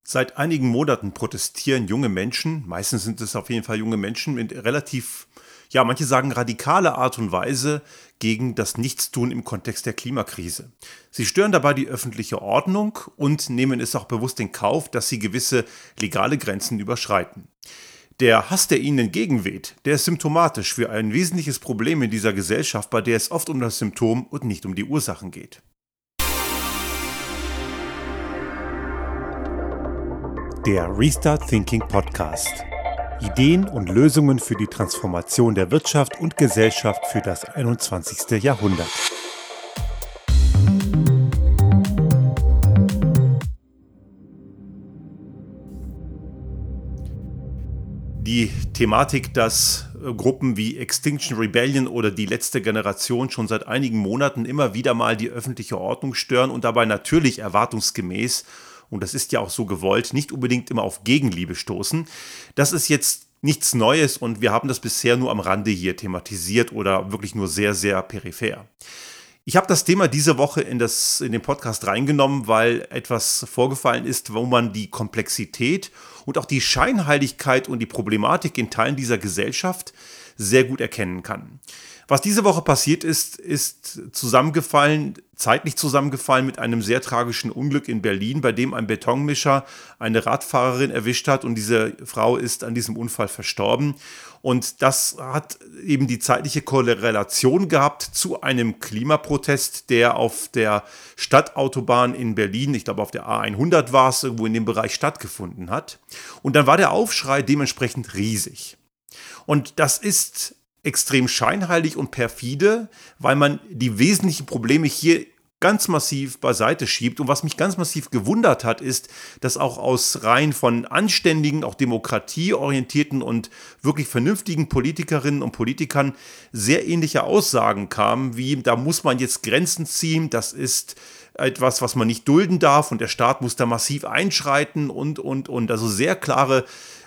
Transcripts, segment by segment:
Seit einigen Monaten protestieren junge Menschen, meistens sind es auf jeden Fall junge Menschen, in relativ, ja, manche sagen radikale Art und Weise gegen das Nichtstun im Kontext der Klimakrise. Sie stören dabei die öffentliche Ordnung und nehmen es auch bewusst in Kauf, dass sie gewisse legale Grenzen überschreiten. Der Hass, der ihnen entgegenweht, der ist symptomatisch für ein wesentliches Problem in dieser Gesellschaft, bei der es oft um das Symptom und nicht um die Ursachen geht. Der Restart Thinking Podcast. Ideen und Lösungen für die Transformation der Wirtschaft und Gesellschaft für das 21. Jahrhundert. Die Thematik, dass Gruppen wie Extinction Rebellion oder die letzte Generation schon seit einigen Monaten immer wieder mal die öffentliche Ordnung stören und dabei natürlich erwartungsgemäß, und das ist ja auch so gewollt, nicht unbedingt immer auf Gegenliebe stoßen. Das ist jetzt nichts Neues und wir haben das bisher nur am Rande hier thematisiert oder wirklich nur sehr, sehr peripher. Ich habe das Thema diese Woche in den Podcast reingenommen, weil etwas vorgefallen ist, wo man die Komplexität und auch die Scheinheiligkeit und die Problematik in Teilen dieser Gesellschaft sehr gut erkennen kann. Was diese Woche passiert ist zeitlich zusammengefallen mit einem sehr tragischen Unglück in Berlin, bei dem ein Betonmischer eine Radfahrerin erwischt hat und diese Frau ist an diesem Unfall verstorben. Und das hat eben die zeitliche Korrelation gehabt zu einem Klimaprotest, der auf der Stadtautobahn in Berlin, ich glaube auf der A100 war es, irgendwo in dem Bereich stattgefunden hat. Und dann war der Aufschrei dementsprechend riesig. Und das ist extrem scheinheilig und perfide, weil man die wesentlichen Probleme hier ganz massiv beiseite schiebt. Und was mich ganz massiv gewundert hat, ist, dass auch aus Reihen von anständigen, auch demokratieorientierten und wirklich vernünftigen Politikerinnen und Politikern sehr ähnliche Aussagen kamen, wie da muss man jetzt Grenzen ziehen, das ist etwas, was man nicht dulden darf und der Staat muss da massiv einschreiten und. Also sehr klare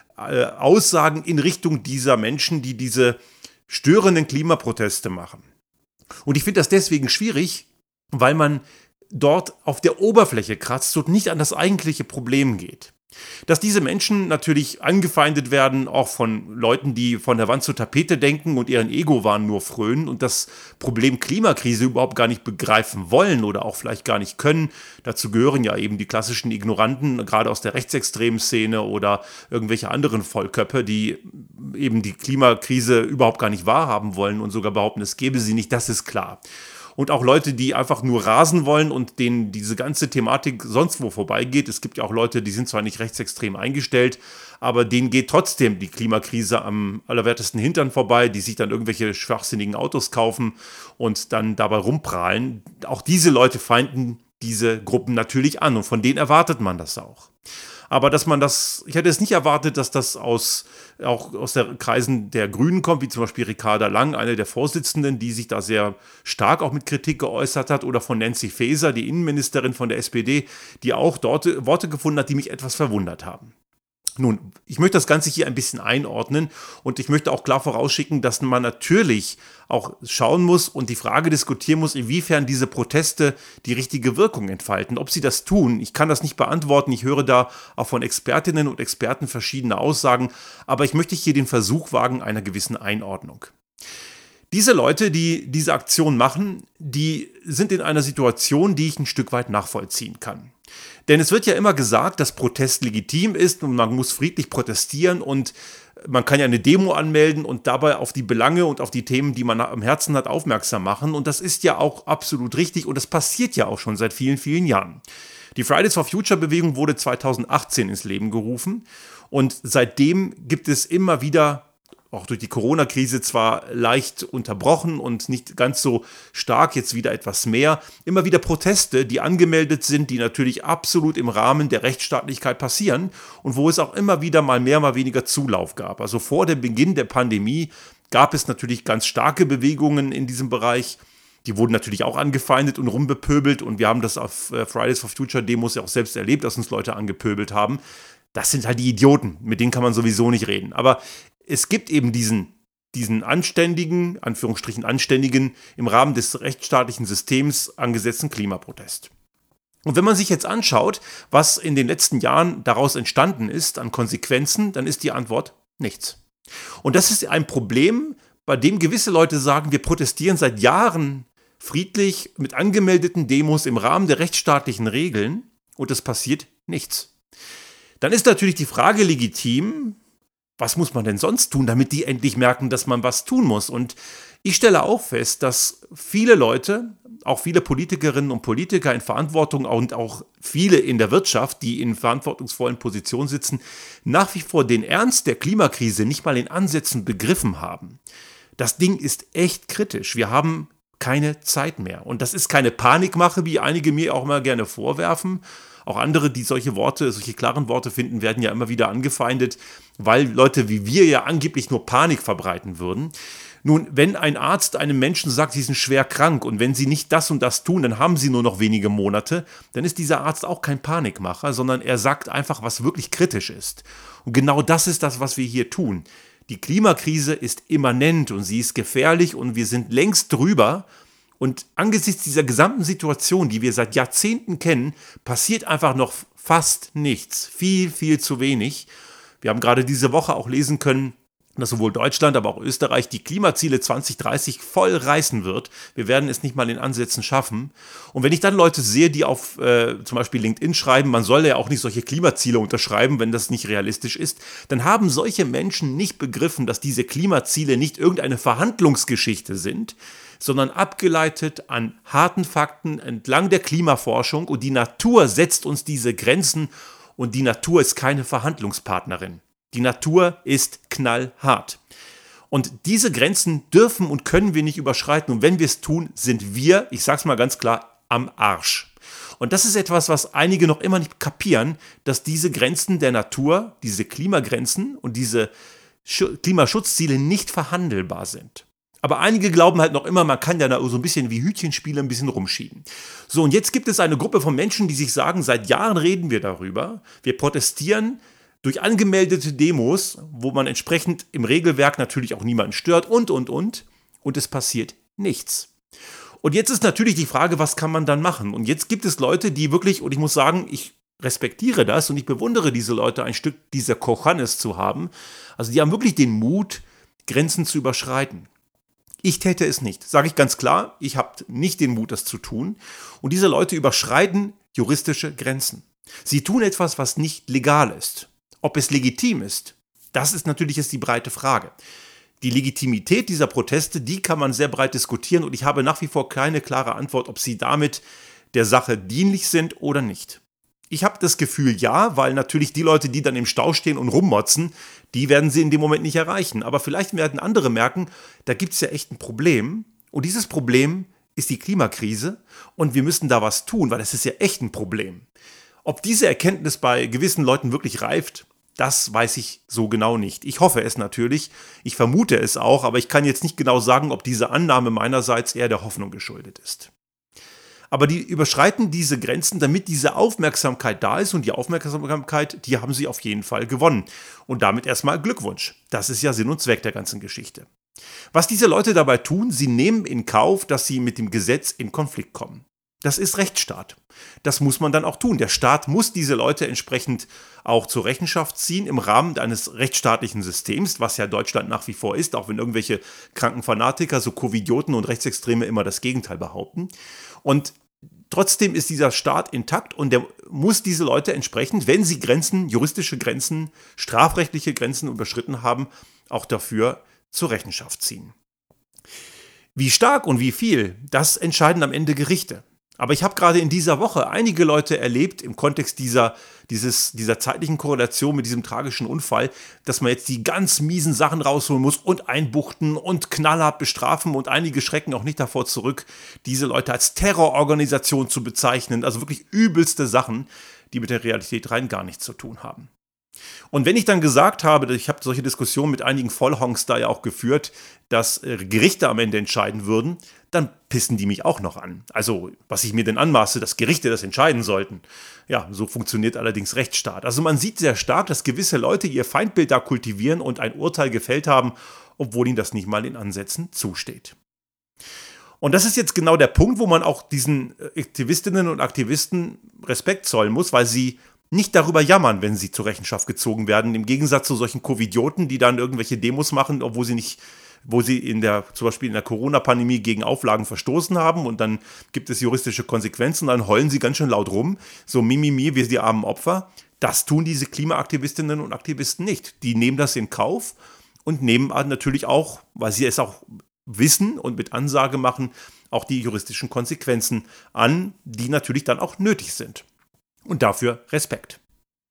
Aussagen in Richtung dieser Menschen, die diese störenden Klimaproteste machen. Und ich finde das deswegen schwierig, weil man dort auf der Oberfläche kratzt und nicht an das eigentliche Problem geht. Dass diese Menschen natürlich angefeindet werden, auch von Leuten, die von der Wand zur Tapete denken und ihren Ego-Wahn nur frönen und das Problem Klimakrise überhaupt gar nicht begreifen wollen oder auch vielleicht gar nicht können. Dazu gehören ja eben die klassischen Ignoranten, gerade aus der rechtsextremen Szene oder irgendwelche anderen Vollköpfe, die eben die Klimakrise überhaupt gar nicht wahrhaben wollen und sogar behaupten, es gäbe sie nicht, das ist klar. Und auch Leute, die einfach nur rasen wollen und denen diese ganze Thematik sonst wo vorbeigeht. Es gibt ja auch Leute, die sind zwar nicht rechtsextrem eingestellt, aber denen geht trotzdem die Klimakrise am allerwertesten Hintern vorbei, die sich dann irgendwelche schwachsinnigen Autos kaufen und dann dabei rumprahlen. Auch diese Leute feinden diese Gruppen natürlich an und von denen erwartet man das auch. Aber ich hätte es nicht erwartet, dass das auch aus den Kreisen der Grünen kommt, wie zum Beispiel Ricarda Lang, eine der Vorsitzenden, die sich da sehr stark auch mit Kritik geäußert hat, oder von Nancy Faeser, die Innenministerin von der SPD, die auch dort Worte gefunden hat, die mich etwas verwundert haben. Nun, ich möchte das Ganze hier ein bisschen einordnen und ich möchte auch klar vorausschicken, dass man natürlich auch schauen muss und die Frage diskutieren muss, inwiefern diese Proteste die richtige Wirkung entfalten. Ob sie das tun, ich kann das nicht beantworten. Ich höre da auch von Expertinnen und Experten verschiedene Aussagen, aber ich möchte hier den Versuch wagen einer gewissen Einordnung. Diese Leute, die diese Aktion machen, die sind in einer Situation, die ich ein Stück weit nachvollziehen kann. Denn es wird ja immer gesagt, dass Protest legitim ist und man muss friedlich protestieren und man kann ja eine Demo anmelden und dabei auf die Belange und auf die Themen, die man am Herzen hat, aufmerksam machen. Und das ist ja auch absolut richtig und das passiert ja auch schon seit vielen, vielen Jahren. Die Fridays for Future Bewegung wurde 2018 ins Leben gerufen und seitdem gibt es immer wieder, auch durch die Corona-Krise zwar leicht unterbrochen und nicht ganz so stark, jetzt wieder etwas mehr, immer wieder Proteste, die angemeldet sind, die natürlich absolut im Rahmen der Rechtsstaatlichkeit passieren und wo es auch immer wieder mal mehr, mal weniger Zulauf gab. Also vor dem Beginn der Pandemie gab es natürlich ganz starke Bewegungen in diesem Bereich. Die wurden natürlich auch angefeindet und rumbepöbelt und wir haben das auf Fridays for Future Demos ja auch selbst erlebt, dass uns Leute angepöbelt haben. Das sind halt die Idioten, mit denen kann man sowieso nicht reden. Aber es gibt eben diesen anständigen, Anführungsstrichen anständigen, im Rahmen des rechtsstaatlichen Systems angesetzten Klimaprotest. Und wenn man sich jetzt anschaut, was in den letzten Jahren daraus entstanden ist an Konsequenzen, dann ist die Antwort nichts. Und das ist ein Problem, bei dem gewisse Leute sagen, wir protestieren seit Jahren friedlich mit angemeldeten Demos im Rahmen der rechtsstaatlichen Regeln und es passiert nichts. Dann ist natürlich die Frage legitim, was muss man denn sonst tun, damit die endlich merken, dass man was tun muss? Und ich stelle auch fest, dass viele Leute, auch viele Politikerinnen und Politiker in Verantwortung und auch viele in der Wirtschaft, die in verantwortungsvollen Positionen sitzen, nach wie vor den Ernst der Klimakrise nicht mal in Ansätzen begriffen haben. Das Ding ist echt kritisch. Wir haben keine Zeit mehr. Und das ist keine Panikmache, wie einige mir auch mal gerne vorwerfen. Auch andere, die solche Worte, solche klaren Worte finden, werden ja immer wieder angefeindet, weil Leute wie wir ja angeblich nur Panik verbreiten würden. Nun, wenn ein Arzt einem Menschen sagt, sie sind schwer krank und wenn sie nicht das und das tun, dann haben sie nur noch wenige Monate, dann ist dieser Arzt auch kein Panikmacher, sondern er sagt einfach, was wirklich kritisch ist. Und genau das ist das, was wir hier tun. Die Klimakrise ist immanent und sie ist gefährlich und wir sind längst drüber. Und angesichts dieser gesamten Situation, die wir seit Jahrzehnten kennen, passiert einfach noch fast nichts. Viel, viel zu wenig. Wir haben gerade diese Woche auch lesen können, dass sowohl Deutschland, aber auch Österreich die Klimaziele 2030 voll reißen wird. Wir werden es nicht mal in Ansätzen schaffen. Und wenn ich dann Leute sehe, die auf zum Beispiel LinkedIn schreiben, man soll ja auch nicht solche Klimaziele unterschreiben, wenn das nicht realistisch ist, dann haben solche Menschen nicht begriffen, dass diese Klimaziele nicht irgendeine Verhandlungsgeschichte sind, sondern abgeleitet an harten Fakten entlang der Klimaforschung. Und die Natur setzt uns diese Grenzen und die Natur ist keine Verhandlungspartnerin. Die Natur ist knallhart. Und diese Grenzen dürfen und können wir nicht überschreiten. Und wenn wir es tun, sind wir, ich sage es mal ganz klar, am Arsch. Und das ist etwas, was einige noch immer nicht kapieren, dass diese Grenzen der Natur, diese Klimagrenzen und diese Klimaschutzziele nicht verhandelbar sind. Aber einige glauben halt noch immer, man kann ja da so ein bisschen wie Hütchenspiele ein bisschen rumschieben. So, und jetzt gibt es eine Gruppe von Menschen, die sich sagen, seit Jahren reden wir darüber, wir protestieren durch angemeldete Demos, wo man entsprechend im Regelwerk natürlich auch niemanden stört und es passiert nichts. Und jetzt ist natürlich die Frage, was kann man dann machen? Und jetzt gibt es Leute, die wirklich, und ich muss sagen, ich respektiere das und ich bewundere diese Leute, ein Stück dieser Kochanes zu haben. Also die haben wirklich den Mut, Grenzen zu überschreiten. Ich täte es nicht, sage ich ganz klar, ich habe nicht den Mut, das zu tun. Und diese Leute überschreiten juristische Grenzen. Sie tun etwas, was nicht legal ist. Ob es legitim ist, das ist natürlich jetzt die breite Frage. Die Legitimität dieser Proteste, die kann man sehr breit diskutieren und ich habe nach wie vor keine klare Antwort, ob sie damit der Sache dienlich sind oder nicht. Ich habe das Gefühl, ja, weil natürlich die Leute, die dann im Stau stehen und rummotzen, die werden sie in dem Moment nicht erreichen. Aber vielleicht werden andere merken, da gibt es ja echt ein Problem und dieses Problem ist die Klimakrise und wir müssen da was tun, weil das ist ja echt ein Problem. Ob diese Erkenntnis bei gewissen Leuten wirklich reift, das weiß ich so genau nicht. Ich hoffe es natürlich, ich vermute es auch, aber ich kann jetzt nicht genau sagen, ob diese Annahme meinerseits eher der Hoffnung geschuldet ist. Aber die überschreiten diese Grenzen, damit diese Aufmerksamkeit da ist und die Aufmerksamkeit, die haben sie auf jeden Fall gewonnen. Und damit erstmal Glückwunsch. Das ist ja Sinn und Zweck der ganzen Geschichte. Was diese Leute dabei tun, sie nehmen in Kauf, dass sie mit dem Gesetz in Konflikt kommen. Das ist Rechtsstaat. Das muss man dann auch tun. Der Staat muss diese Leute entsprechend auch zur Rechenschaft ziehen im Rahmen eines rechtsstaatlichen Systems, was ja Deutschland nach wie vor ist, auch wenn irgendwelche kranken Fanatiker, so Covidioten und Rechtsextreme immer das Gegenteil behaupten. Und trotzdem ist dieser Staat intakt und der muss diese Leute entsprechend, wenn sie Grenzen, juristische Grenzen, strafrechtliche Grenzen überschritten haben, auch dafür zur Rechenschaft ziehen. Wie stark und wie viel, das entscheiden am Ende Gerichte. Aber ich habe gerade in dieser Woche einige Leute erlebt, im Kontext dieser zeitlichen Korrelation mit diesem tragischen Unfall, dass man jetzt die ganz miesen Sachen rausholen muss und einbuchten und knallhart bestrafen und einige schrecken auch nicht davor zurück, diese Leute als Terrororganisation zu bezeichnen. Also wirklich übelste Sachen, die mit der Realität rein gar nichts zu tun haben. Und wenn ich dann gesagt habe, ich habe solche Diskussionen mit einigen Vollhonks da ja auch geführt, dass Gerichte am Ende entscheiden würden, dann pissen die mich auch noch an. Also, was ich mir denn anmaße, dass Gerichte das entscheiden sollten. Ja, so funktioniert allerdings Rechtsstaat. Also man sieht sehr stark, dass gewisse Leute ihr Feindbild da kultivieren und ein Urteil gefällt haben, obwohl ihnen das nicht mal in Ansätzen zusteht. Und das ist jetzt genau der Punkt, wo man auch diesen Aktivistinnen und Aktivisten Respekt zollen muss, weil sie nicht darüber jammern, wenn sie zur Rechenschaft gezogen werden. Im Gegensatz zu solchen Covidioten, die dann irgendwelche Demos machen, obwohl sie nicht, wo sie zum Beispiel in der Corona-Pandemie gegen Auflagen verstoßen haben und dann gibt es juristische Konsequenzen und dann heulen sie ganz schön laut rum. So Mimimi, wir sind die armen Opfer. Das tun diese Klimaaktivistinnen und Aktivisten nicht. Die nehmen das in Kauf und nehmen natürlich auch, weil sie es auch wissen und mit Ansage machen, auch die juristischen Konsequenzen an, die natürlich dann auch nötig sind. Und dafür Respekt.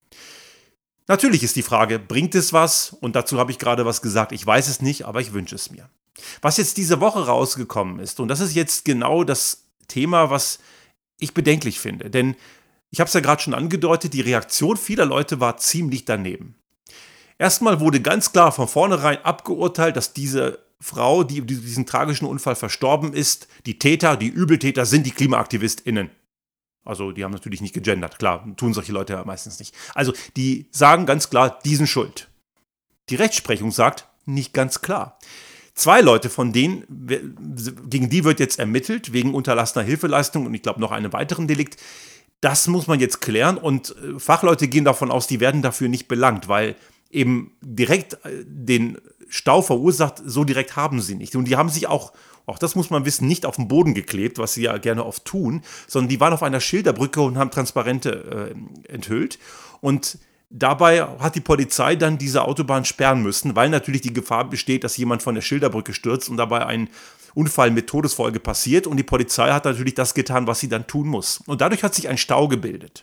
Natürlich ist die Frage, bringt es was? Und dazu habe ich gerade was gesagt. Ich weiß es nicht, aber ich wünsche es mir. Was jetzt diese Woche rausgekommen ist, und das ist jetzt genau das Thema, was ich bedenklich finde. Denn ich habe es ja gerade schon angedeutet, die Reaktion vieler Leute war ziemlich daneben. Erstmal wurde ganz klar von vornherein abgeurteilt, dass diese Frau, die diesen tragischen Unfall verstorben ist, die Täter, die Übeltäter sind die KlimaaktivistInnen. Also die haben natürlich nicht gegendert, klar, tun solche Leute ja meistens nicht. Also die sagen ganz klar, die sind schuld. Die Rechtsprechung sagt, nicht ganz klar. 2 Leute von denen, gegen die wird jetzt ermittelt, wegen unterlassener Hilfeleistung und ich glaube noch einem weiteren Delikt. Das muss man jetzt klären und Fachleute gehen davon aus, die werden dafür nicht belangt, weil eben direkt den Stau verursacht, so direkt haben sie nicht. Und die haben sich auch das muss man wissen, nicht auf den Boden geklebt, was sie ja gerne oft tun, sondern die waren auf einer Schilderbrücke und haben Transparente enthüllt. Und dabei hat die Polizei dann diese Autobahn sperren müssen, weil natürlich die Gefahr besteht, dass jemand von der Schilderbrücke stürzt und dabei ein Unfall mit Todesfolge passiert. Und die Polizei hat natürlich das getan, was sie dann tun muss. Und dadurch hat sich ein Stau gebildet.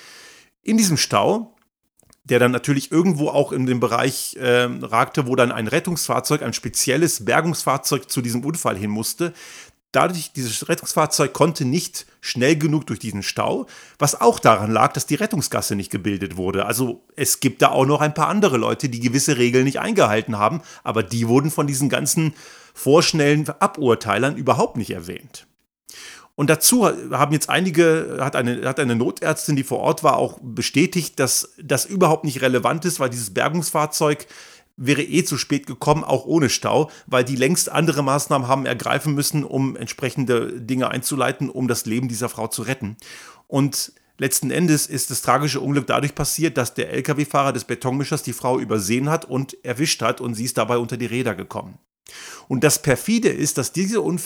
In diesem Stau, der dann natürlich irgendwo auch in den Bereich ragte, wo dann ein Rettungsfahrzeug, ein spezielles Bergungsfahrzeug zu diesem Unfall hin musste. Dadurch, dieses Rettungsfahrzeug konnte nicht schnell genug durch diesen Stau, was auch daran lag, dass die Rettungsgasse nicht gebildet wurde. Also es gibt da auch noch ein paar andere Leute, die gewisse Regeln nicht eingehalten haben, aber die wurden von diesen ganzen vorschnellen Aburteilern überhaupt nicht erwähnt. Und dazu haben jetzt hat eine Notärztin, die vor Ort war, auch bestätigt, dass das überhaupt nicht relevant ist, weil dieses Bergungsfahrzeug wäre zu spät gekommen, auch ohne Stau, weil die längst andere Maßnahmen haben ergreifen müssen, um entsprechende Dinge einzuleiten, um das Leben dieser Frau zu retten. Und letzten Endes ist das tragische Unglück dadurch passiert, dass der Lkw-Fahrer des Betonmischers die Frau übersehen hat und erwischt hat und sie ist dabei unter die Räder gekommen. Und das perfide ist, dass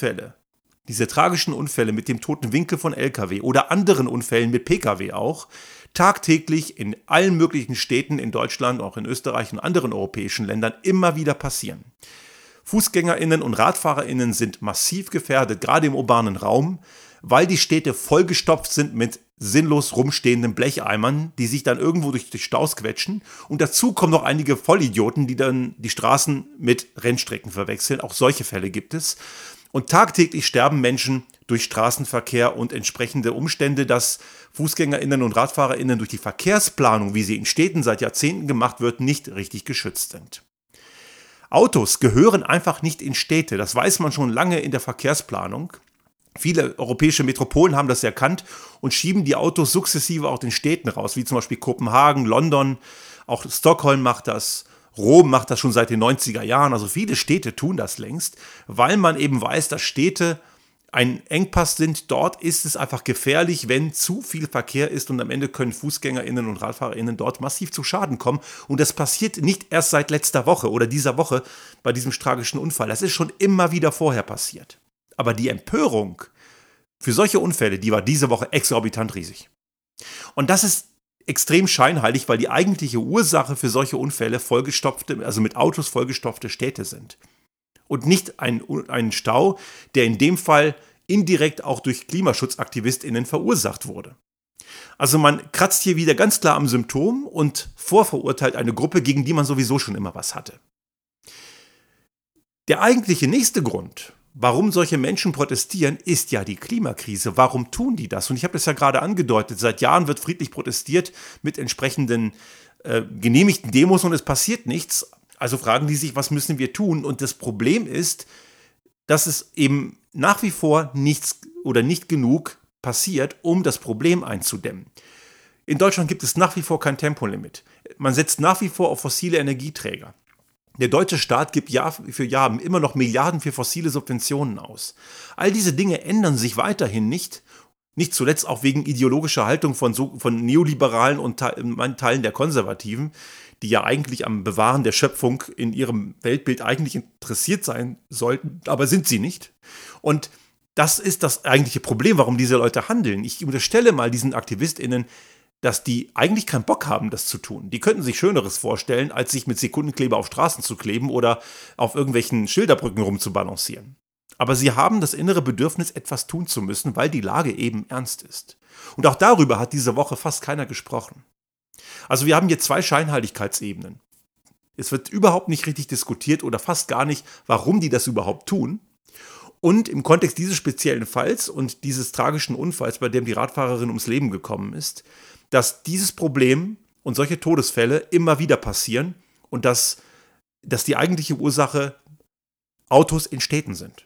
diese tragischen Unfälle mit dem toten Winkel von Lkw oder anderen Unfällen mit Pkw auch, tagtäglich in allen möglichen Städten in Deutschland, auch in Österreich und anderen europäischen Ländern immer wieder passieren. FußgängerInnen und RadfahrerInnen sind massiv gefährdet, gerade im urbanen Raum, weil die Städte vollgestopft sind mit sinnlos rumstehenden Blecheimern, die sich dann irgendwo durch die Staus quetschen. Und dazu kommen noch einige Vollidioten, die dann die Straßen mit Rennstrecken verwechseln. Auch solche Fälle gibt es. Und tagtäglich sterben Menschen durch Straßenverkehr und entsprechende Umstände, dass FußgängerInnen und RadfahrerInnen durch die Verkehrsplanung, wie sie in Städten seit Jahrzehnten gemacht wird, nicht richtig geschützt sind. Autos gehören einfach nicht in Städte, das weiß man schon lange in der Verkehrsplanung. Viele europäische Metropolen haben das erkannt und schieben die Autos sukzessive auch den Städten raus, wie zum Beispiel Kopenhagen, London, auch Stockholm macht das. Rom macht das schon seit den 90er Jahren, also viele Städte tun das längst, weil man eben weiß, dass Städte ein Engpass sind. Dort ist es einfach gefährlich, wenn zu viel Verkehr ist und am Ende können FußgängerInnen und RadfahrerInnen dort massiv zu Schaden kommen. Und das passiert nicht erst seit letzter Woche oder dieser Woche bei diesem tragischen Unfall. Das ist schon immer wieder vorher passiert. Aber die Empörung für solche Unfälle, die war diese Woche exorbitant riesig. Und das ist extrem scheinheilig, weil die eigentliche Ursache für solche Unfälle mit Autos vollgestopfte Städte sind. Und nicht ein Stau, der in dem Fall indirekt auch durch KlimaschutzaktivistInnen verursacht wurde. Also man kratzt hier wieder ganz klar am Symptom und vorverurteilt eine Gruppe, gegen die man sowieso schon immer was hatte. Der eigentliche nächste Grund, warum solche Menschen protestieren, ist ja die Klimakrise. Warum tun die das? Und ich habe das ja gerade angedeutet. Seit Jahren wird friedlich protestiert mit entsprechenden genehmigten Demos und es passiert nichts. Also fragen die sich, was müssen wir tun? Und das Problem ist, dass es eben nach wie vor nichts oder nicht genug passiert, um das Problem einzudämmen. In Deutschland gibt es nach wie vor kein Tempolimit. Man setzt nach wie vor auf fossile Energieträger. Der deutsche Staat gibt Jahr für Jahr immer noch Milliarden für fossile Subventionen aus. All diese Dinge ändern sich weiterhin nicht. Nicht zuletzt auch wegen ideologischer Haltung von Neoliberalen und Teilen der Konservativen, die ja eigentlich am Bewahren der Schöpfung in ihrem Weltbild eigentlich interessiert sein sollten, aber sind sie nicht. Und das ist das eigentliche Problem, warum diese Leute handeln. Ich unterstelle mal diesen AktivistInnen, dass die eigentlich keinen Bock haben, das zu tun. Die könnten sich Schöneres vorstellen, als sich mit Sekundenkleber auf Straßen zu kleben oder auf irgendwelchen Schilderbrücken rumzubalancieren. Aber sie haben das innere Bedürfnis, etwas tun zu müssen, weil die Lage eben ernst ist. Und auch darüber hat diese Woche fast keiner gesprochen. Also wir haben hier zwei Scheinheiligkeitsebenen. Es wird überhaupt nicht richtig diskutiert oder fast gar nicht, warum die das überhaupt tun. Und im Kontext dieses speziellen Falls und dieses tragischen Unfalls, bei dem die Radfahrerin ums Leben gekommen ist, dass dieses Problem und solche Todesfälle immer wieder passieren und dass die eigentliche Ursache Autos in Städten sind.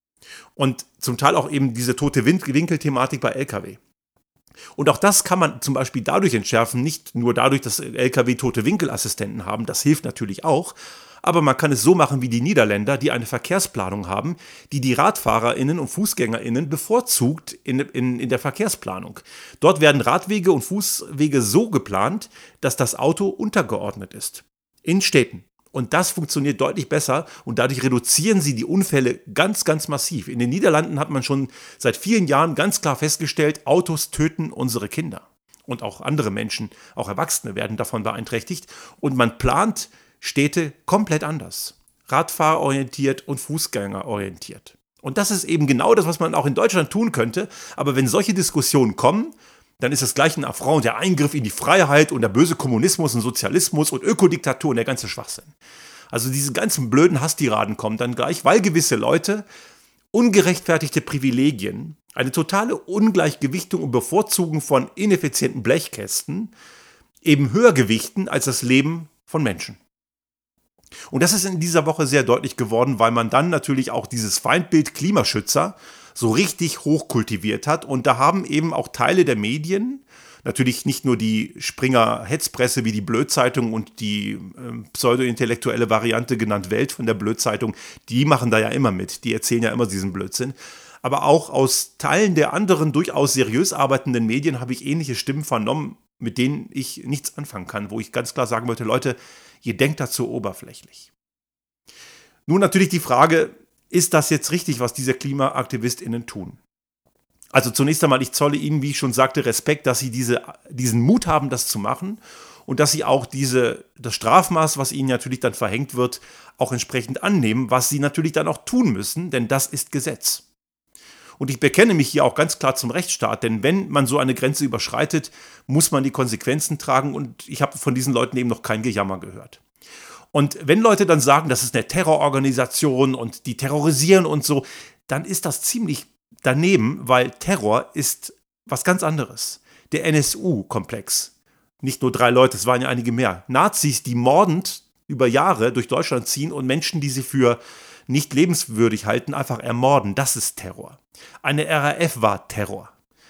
Und zum Teil auch eben diese tote Winkelthematik bei Lkw. Und auch das kann man zum Beispiel dadurch entschärfen, nicht nur dadurch, dass Lkw tote Winkelassistenten haben, das hilft natürlich auch, aber man kann es so machen wie die Niederländer, die eine Verkehrsplanung haben, die RadfahrerInnen und FußgängerInnen bevorzugt in der Verkehrsplanung. Dort werden Radwege und Fußwege so geplant, dass das Auto untergeordnet ist. In Städten. Und das funktioniert deutlich besser und dadurch reduzieren sie die Unfälle ganz, ganz massiv. In den Niederlanden hat man schon seit vielen Jahren ganz klar festgestellt, Autos töten unsere Kinder. Und auch andere Menschen, auch Erwachsene werden davon beeinträchtigt. Und man plant Städte komplett anders. Radfahrorientiert und Fußgängerorientiert. Und das ist eben genau das, was man auch in Deutschland tun könnte. Aber wenn solche Diskussionen kommen, dann ist das gleich ein Affront, der Eingriff in die Freiheit und der böse Kommunismus und Sozialismus und Ökodiktatur und der ganze Schwachsinn. Also diese ganzen blöden Hasstiraden kommen dann gleich, weil gewisse Leute ungerechtfertigte Privilegien, eine totale Ungleichgewichtung und Bevorzugung von ineffizienten Blechkästen eben höher gewichten als das Leben von Menschen. Und das ist in dieser Woche sehr deutlich geworden, weil man dann natürlich auch dieses Feindbild Klimaschützer so richtig hochkultiviert hat. Und da haben eben auch Teile der Medien, natürlich nicht nur die Springer-Hetzpresse wie die Blödzeitung und die pseudo-intellektuelle Variante genannt Welt von der Blödzeitung, die machen da ja immer mit, die erzählen ja immer diesen Blödsinn. Aber auch aus Teilen der anderen durchaus seriös arbeitenden Medien habe ich ähnliche Stimmen vernommen, mit denen ich nichts anfangen kann, wo ich ganz klar sagen wollte, Leute, ihr denkt dazu oberflächlich. Nun natürlich die Frage, ist das jetzt richtig, was diese KlimaaktivistInnen tun? Also zunächst einmal, ich zolle ihnen, wie ich schon sagte, Respekt, dass sie diesen Mut haben, das zu machen und dass sie auch das Strafmaß, was ihnen natürlich dann verhängt wird, auch entsprechend annehmen, was sie natürlich dann auch tun müssen, denn das ist Gesetz. Und ich bekenne mich hier auch ganz klar zum Rechtsstaat, denn wenn man so eine Grenze überschreitet, muss man die Konsequenzen tragen und ich habe von diesen Leuten eben noch kein Gejammer gehört. Und wenn Leute dann sagen, das ist eine Terrororganisation und die terrorisieren und so, dann ist das ziemlich daneben, weil Terror ist was ganz anderes. Der NSU-Komplex. Nicht nur 3 Leute, es waren ja einige mehr. Nazis, die mordend über Jahre durch Deutschland ziehen und Menschen, die sie für nicht lebenswürdig halten, einfach ermorden. Das ist Terror. Eine RAF war Terror.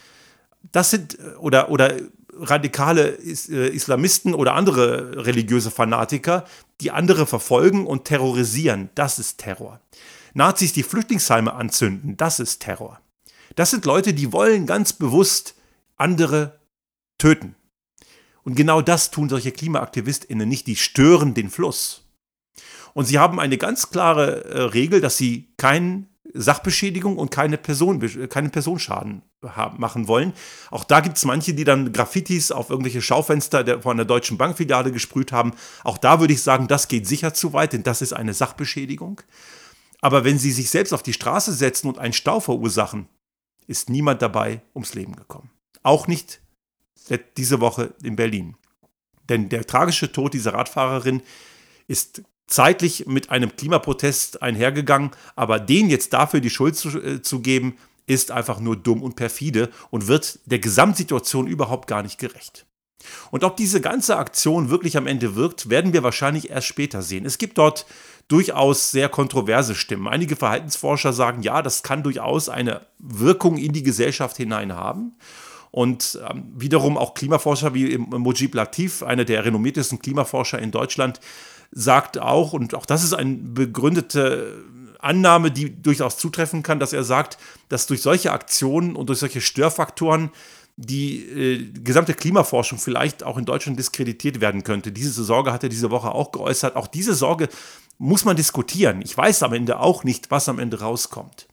Das sind, oder radikale Islamisten oder andere religiöse Fanatiker, die andere verfolgen und terrorisieren. Das ist Terror. Nazis, die Flüchtlingsheime anzünden, das ist Terror. Das sind Leute, die wollen ganz bewusst andere töten. Und genau das tun solche KlimaaktivistInnen nicht, die stören den Fluss. Und sie haben eine ganz klare Regel, dass sie keine Sachbeschädigung und keinen Personenschaden machen wollen. Auch da gibt es manche, die dann Graffitis auf irgendwelche Schaufenster von der Deutschen Bankfiliale gesprüht haben. Auch da würde ich sagen, das geht sicher zu weit, denn das ist eine Sachbeschädigung. Aber wenn sie sich selbst auf die Straße setzen und einen Stau verursachen, ist niemand dabei ums Leben gekommen. Auch nicht diese Woche in Berlin. Denn der tragische Tod dieser Radfahrerin ist zeitlich mit einem Klimaprotest einhergegangen, aber denen jetzt dafür die Schuld zu geben, ist einfach nur dumm und perfide und wird der Gesamtsituation überhaupt gar nicht gerecht. Und ob diese ganze Aktion wirklich am Ende wirkt, werden wir wahrscheinlich erst später sehen. Es gibt dort durchaus sehr kontroverse Stimmen. Einige Verhaltensforscher sagen, ja, das kann durchaus eine Wirkung in die Gesellschaft hinein haben. Und wiederum auch Klimaforscher wie Mujib Latif, einer der renommiertesten Klimaforscher in Deutschland, sagt auch, und auch das ist eine begründete Annahme, die durchaus zutreffen kann, dass er sagt, dass durch solche Aktionen und durch solche Störfaktoren die gesamte Klimaforschung vielleicht auch in Deutschland diskreditiert werden könnte. Diese Sorge hat er diese Woche auch geäußert. Auch diese Sorge muss man diskutieren. Ich weiß am Ende auch nicht, was am Ende rauskommt.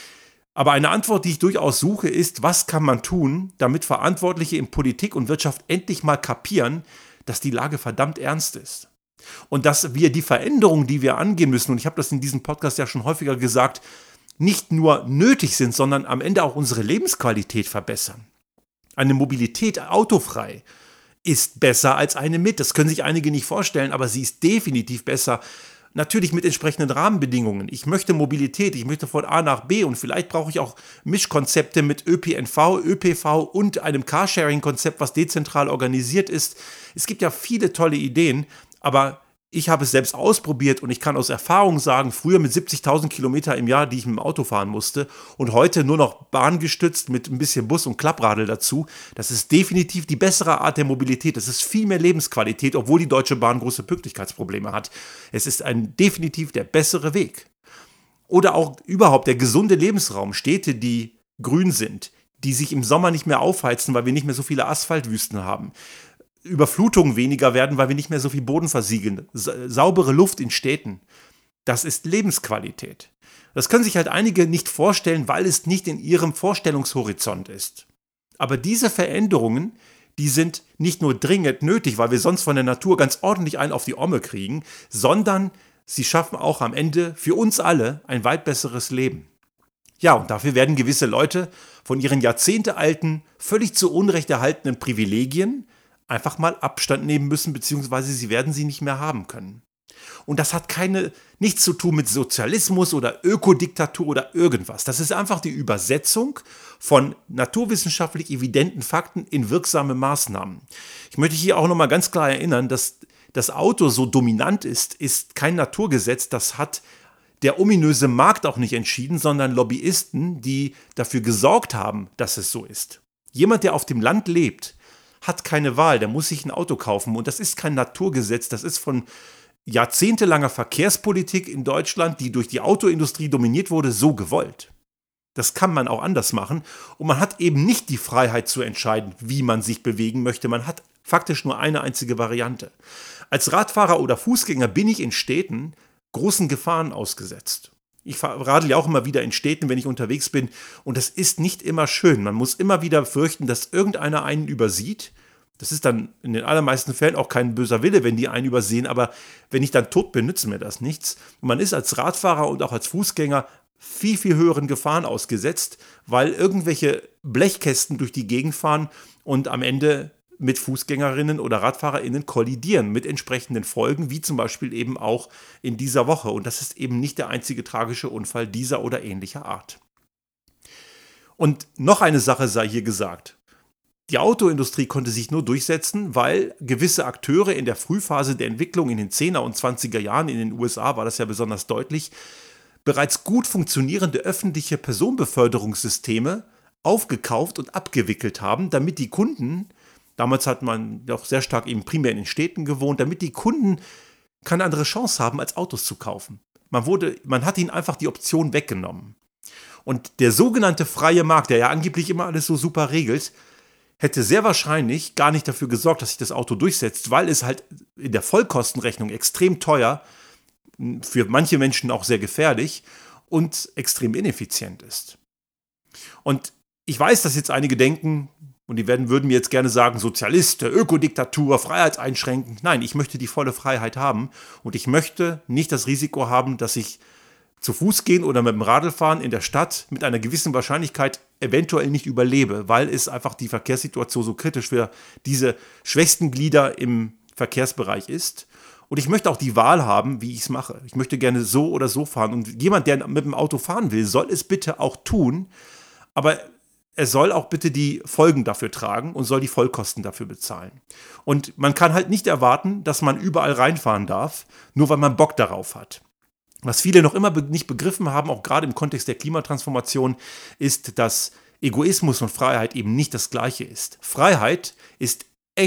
Aber eine Antwort, die ich durchaus suche, ist, was kann man tun, damit Verantwortliche in Politik und Wirtschaft endlich mal kapieren, dass die Lage verdammt ernst ist. Und dass wir die Veränderungen, die wir angehen müssen, und ich habe das in diesem Podcast ja schon häufiger gesagt, nicht nur nötig sind, sondern am Ende auch unsere Lebensqualität verbessern. Eine Mobilität autofrei ist besser als eine mit. Das können sich einige nicht vorstellen, aber sie ist definitiv besser. Natürlich mit entsprechenden Rahmenbedingungen. Ich möchte Mobilität, ich möchte von A nach B und vielleicht brauche ich auch Mischkonzepte mit ÖPNV, ÖPV und einem Carsharing-Konzept, was dezentral organisiert ist. Es gibt ja viele tolle Ideen, aber ich habe es selbst ausprobiert und ich kann aus Erfahrung sagen, früher mit 70.000 Kilometer im Jahr, die ich mit dem Auto fahren musste und heute nur noch bahngestützt mit ein bisschen Bus und Klappradl dazu, das ist definitiv die bessere Art der Mobilität. Das ist viel mehr Lebensqualität, obwohl die Deutsche Bahn große Pünktlichkeitsprobleme hat. Es ist definitiv der bessere Weg. Oder auch überhaupt der gesunde Lebensraum, Städte, die grün sind, die sich im Sommer nicht mehr aufheizen, weil wir nicht mehr so viele Asphaltwüsten haben. Überflutungen weniger werden, weil wir nicht mehr so viel Boden versiegeln. Saubere Luft in Städten. Das ist Lebensqualität. Das können sich halt einige nicht vorstellen, weil es nicht in ihrem Vorstellungshorizont ist. Aber diese Veränderungen, die sind nicht nur dringend nötig, weil wir sonst von der Natur ganz ordentlich einen auf die Omme kriegen, sondern sie schaffen auch am Ende für uns alle ein weit besseres Leben. Ja, und dafür werden gewisse Leute von ihren jahrzehntealten, völlig zu Unrecht erhaltenen Privilegien einfach mal Abstand nehmen müssen, beziehungsweise sie werden sie nicht mehr haben können. Und das hat nichts zu tun mit Sozialismus oder Ökodiktatur oder irgendwas. Das ist einfach die Übersetzung von naturwissenschaftlich evidenten Fakten in wirksame Maßnahmen. Ich möchte hier auch nochmal ganz klar erinnern, dass das Auto so dominant ist kein Naturgesetz. Das hat der ominöse Markt auch nicht entschieden, sondern Lobbyisten, die dafür gesorgt haben, dass es so ist. Jemand, der auf dem Land lebt, hat keine Wahl, der muss sich ein Auto kaufen und das ist kein Naturgesetz, das ist von jahrzehntelanger Verkehrspolitik in Deutschland, die durch die Autoindustrie dominiert wurde, so gewollt. Das kann man auch anders machen und man hat eben nicht die Freiheit zu entscheiden, wie man sich bewegen möchte, man hat faktisch nur eine einzige Variante. Als Radfahrer oder Fußgänger bin ich in Städten großen Gefahren ausgesetzt. Ich radel ja auch immer wieder in Städten, wenn ich unterwegs bin und das ist nicht immer schön. Man muss immer wieder fürchten, dass irgendeiner einen übersieht. Das ist dann in den allermeisten Fällen auch kein böser Wille, wenn die einen übersehen, aber wenn ich dann tot bin, nützt mir das nichts. Und man ist als Radfahrer und auch als Fußgänger viel, viel höheren Gefahren ausgesetzt, weil irgendwelche Blechkästen durch die Gegend fahren und am Ende mit Fußgängerinnen oder RadfahrerInnen kollidieren mit entsprechenden Folgen, wie zum Beispiel eben auch in dieser Woche. Und das ist eben nicht der einzige tragische Unfall dieser oder ähnlicher Art. Und noch eine Sache sei hier gesagt. Die Autoindustrie konnte sich nur durchsetzen, weil gewisse Akteure in der Frühphase der Entwicklung in den 10er und 20er Jahren, in den USA war das ja besonders deutlich, bereits gut funktionierende öffentliche Personenbeförderungssysteme aufgekauft und abgewickelt haben, damit die Kunden, damals hat man doch sehr stark eben primär in den Städten gewohnt, damit die Kunden keine andere Chance haben, als Autos zu kaufen. Man hat ihnen einfach die Option weggenommen. Und der sogenannte freie Markt, der ja angeblich immer alles so super regelt, hätte sehr wahrscheinlich gar nicht dafür gesorgt, dass sich das Auto durchsetzt, weil es halt in der Vollkostenrechnung extrem teuer, für manche Menschen auch sehr gefährlich und extrem ineffizient ist. Und ich weiß, dass jetzt einige denken, und würden mir jetzt gerne sagen, Sozialist, Ökodiktatur, Freiheitseinschränken. Nein, ich möchte die volle Freiheit haben und ich möchte nicht das Risiko haben, dass ich zu Fuß gehen oder mit dem Radl fahren in der Stadt mit einer gewissen Wahrscheinlichkeit eventuell nicht überlebe, weil es einfach die Verkehrssituation so kritisch für diese schwächsten Glieder im Verkehrsbereich ist. Und ich möchte auch die Wahl haben, wie ich es mache. Ich möchte gerne so oder so fahren. Und jemand, der mit dem Auto fahren will, soll es bitte auch tun. Aber er soll auch bitte die Folgen dafür tragen und soll die Vollkosten dafür bezahlen. Und man kann halt nicht erwarten, dass man überall reinfahren darf, nur weil man Bock darauf hat. Was viele noch immer nicht begriffen haben, auch gerade im Kontext der Klimatransformation, ist, dass Egoismus und Freiheit eben nicht das Gleiche ist. Freiheit ist eng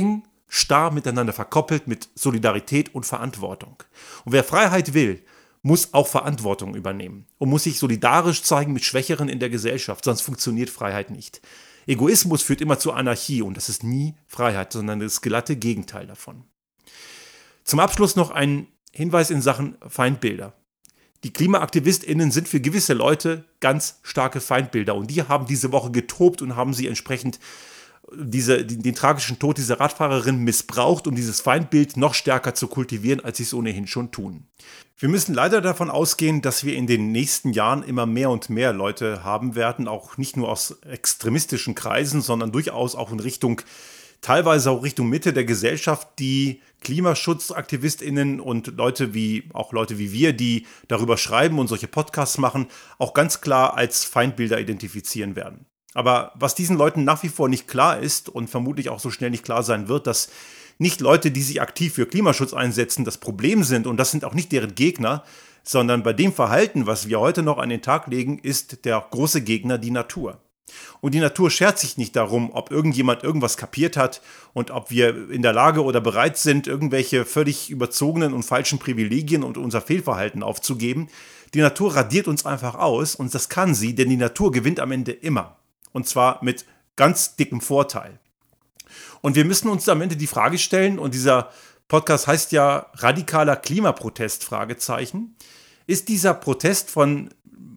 starr miteinander verkoppelt mit Solidarität und Verantwortung. Und wer Freiheit will, muss auch Verantwortung übernehmen und muss sich solidarisch zeigen mit Schwächeren in der Gesellschaft, sonst funktioniert Freiheit nicht. Egoismus führt immer zur Anarchie und das ist nie Freiheit, sondern das glatte Gegenteil davon. Zum Abschluss noch ein Hinweis in Sachen Feindbilder. Die KlimaaktivistInnen sind für gewisse Leute ganz starke Feindbilder und die haben diese Woche getobt und haben sie entsprechend den tragischen Tod dieser Radfahrerin missbraucht, um dieses Feindbild noch stärker zu kultivieren, als sie es ohnehin schon tun. Wir müssen leider davon ausgehen, dass wir in den nächsten Jahren immer mehr und mehr Leute haben werden, auch nicht nur aus extremistischen Kreisen, sondern durchaus auch teilweise auch Richtung Mitte der Gesellschaft, die KlimaschutzaktivistInnen und Leute wie wir, die darüber schreiben und solche Podcasts machen, auch ganz klar als Feindbilder identifizieren werden. Aber was diesen Leuten nach wie vor nicht klar ist und vermutlich auch so schnell nicht klar sein wird, dass nicht Leute, die sich aktiv für Klimaschutz einsetzen, das Problem sind und das sind auch nicht deren Gegner, sondern bei dem Verhalten, was wir heute noch an den Tag legen, ist der große Gegner die Natur. Und die Natur schert sich nicht darum, ob irgendjemand irgendwas kapiert hat und ob wir in der Lage oder bereit sind, irgendwelche völlig überzogenen und falschen Privilegien und unser Fehlverhalten aufzugeben. Die Natur radiert uns einfach aus und das kann sie, denn die Natur gewinnt am Ende immer. Und zwar mit ganz dickem Vorteil. Und wir müssen uns am Ende die Frage stellen, und dieser Podcast heißt ja radikaler Klimaprotest, Fragezeichen. Ist dieser Protest von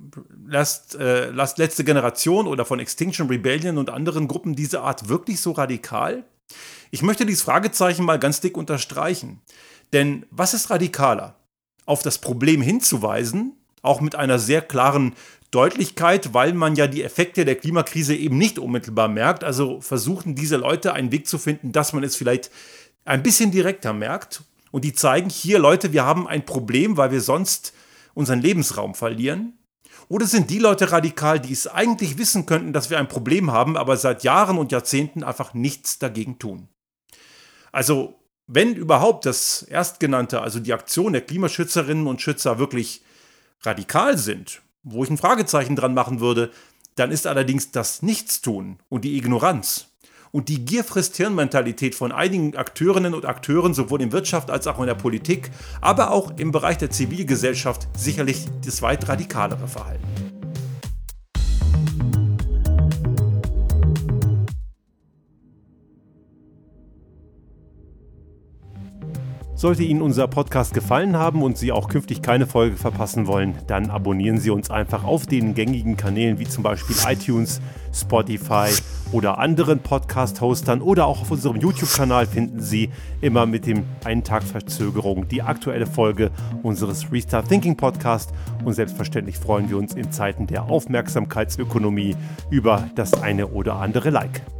letzte Generation oder von Extinction Rebellion und anderen Gruppen dieser Art wirklich so radikal? Ich möchte dieses Fragezeichen mal ganz dick unterstreichen. Denn was ist radikaler? Auf das Problem hinzuweisen, auch mit einer sehr klaren Deutlichkeit, weil man ja die Effekte der Klimakrise eben nicht unmittelbar merkt. Also versuchen diese Leute einen Weg zu finden, dass man es vielleicht ein bisschen direkter merkt. Und die zeigen, hier Leute, wir haben ein Problem, weil wir sonst unseren Lebensraum verlieren. Oder sind die Leute radikal, die es eigentlich wissen könnten, dass wir ein Problem haben, aber seit Jahren und Jahrzehnten einfach nichts dagegen tun? Also, wenn überhaupt das Erstgenannte, also die Aktion der Klimaschützerinnen und Schützer wirklich radikal sind, wo ich ein Fragezeichen dran machen würde, dann ist allerdings das Nichtstun und die Ignoranz und die Gier-frisst-Hirn-Mentalität von einigen Akteurinnen und Akteuren, sowohl in Wirtschaft als auch in der Politik, aber auch im Bereich der Zivilgesellschaft sicherlich das weit radikalere Verhalten. Sollte Ihnen unser Podcast gefallen haben und Sie auch künftig keine Folge verpassen wollen, dann abonnieren Sie uns einfach auf den gängigen Kanälen wie zum Beispiel iTunes, Spotify oder anderen Podcast-Hostern oder auch auf unserem YouTube-Kanal finden Sie immer mit dem einen Tag Verzögerung die aktuelle Folge unseres Restart Thinking Podcast und selbstverständlich freuen wir uns in Zeiten der Aufmerksamkeitsökonomie über das eine oder andere Like.